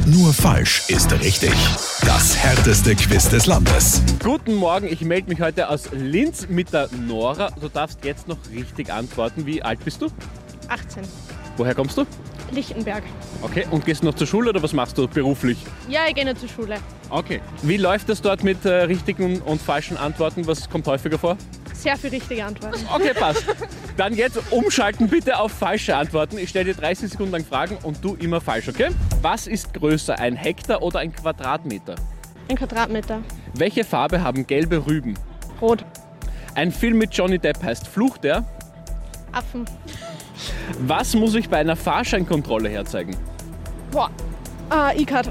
Nur falsch ist richtig. Das härteste Quiz des Landes. Guten Morgen, ich melde mich heute aus Linz mit der Nora. Du darfst jetzt noch richtig antworten. Wie alt bist du? 18. Woher kommst du? Lichtenberg. Okay, und gehst du noch zur Schule oder was machst du beruflich? Ja, ich gehe nicht zur Schule. Okay. Wie läuft es dort mit richtigen und falschen Antworten? Was kommt häufiger vor? Sehr viel richtige Antworten. Okay, passt. Dann jetzt umschalten bitte auf falsche Antworten. Ich stelle dir 30 Sekunden lang Fragen und du immer falsch, okay? Was ist größer, ein Hektar oder ein Quadratmeter? Ein Quadratmeter. Welche Farbe haben gelbe Rüben? Rot. Ein Film mit Johnny Depp heißt Fluch der? Affen. Was muss ich bei einer Fahrscheinkontrolle herzeigen? Boah. E-Card.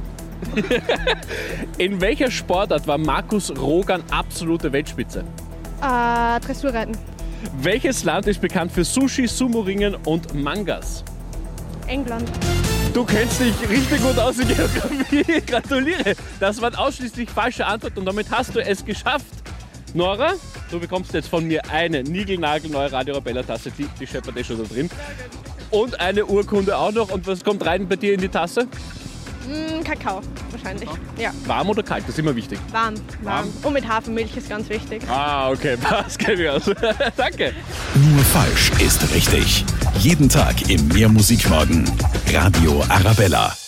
In welcher Sportart war Markus Rogan absolute Weltspitze? Dressurreiten. Welches Land ist bekannt für Sushi, Sumo-Ringen und Mangas? England. Du kennst dich richtig gut aus in Geografie. Gratuliere. Das waren ausschließlich falsche Antworten und damit hast du es geschafft. Nora, du bekommst jetzt von mir eine niegelnagelneue Radio Arabella Tasse, die scheppert schon da drin. Und eine Urkunde auch noch. Und was kommt rein bei dir in die Tasse? Kakao, wahrscheinlich. Ja. Warm oder kalt? Das ist immer wichtig. Warm. Und mit Hafermilch ist ganz wichtig. Okay, das kenne ich aus. Danke. Nur falsch ist richtig. Jeden Tag im Mehrmusikmorgen. Radio Arabella.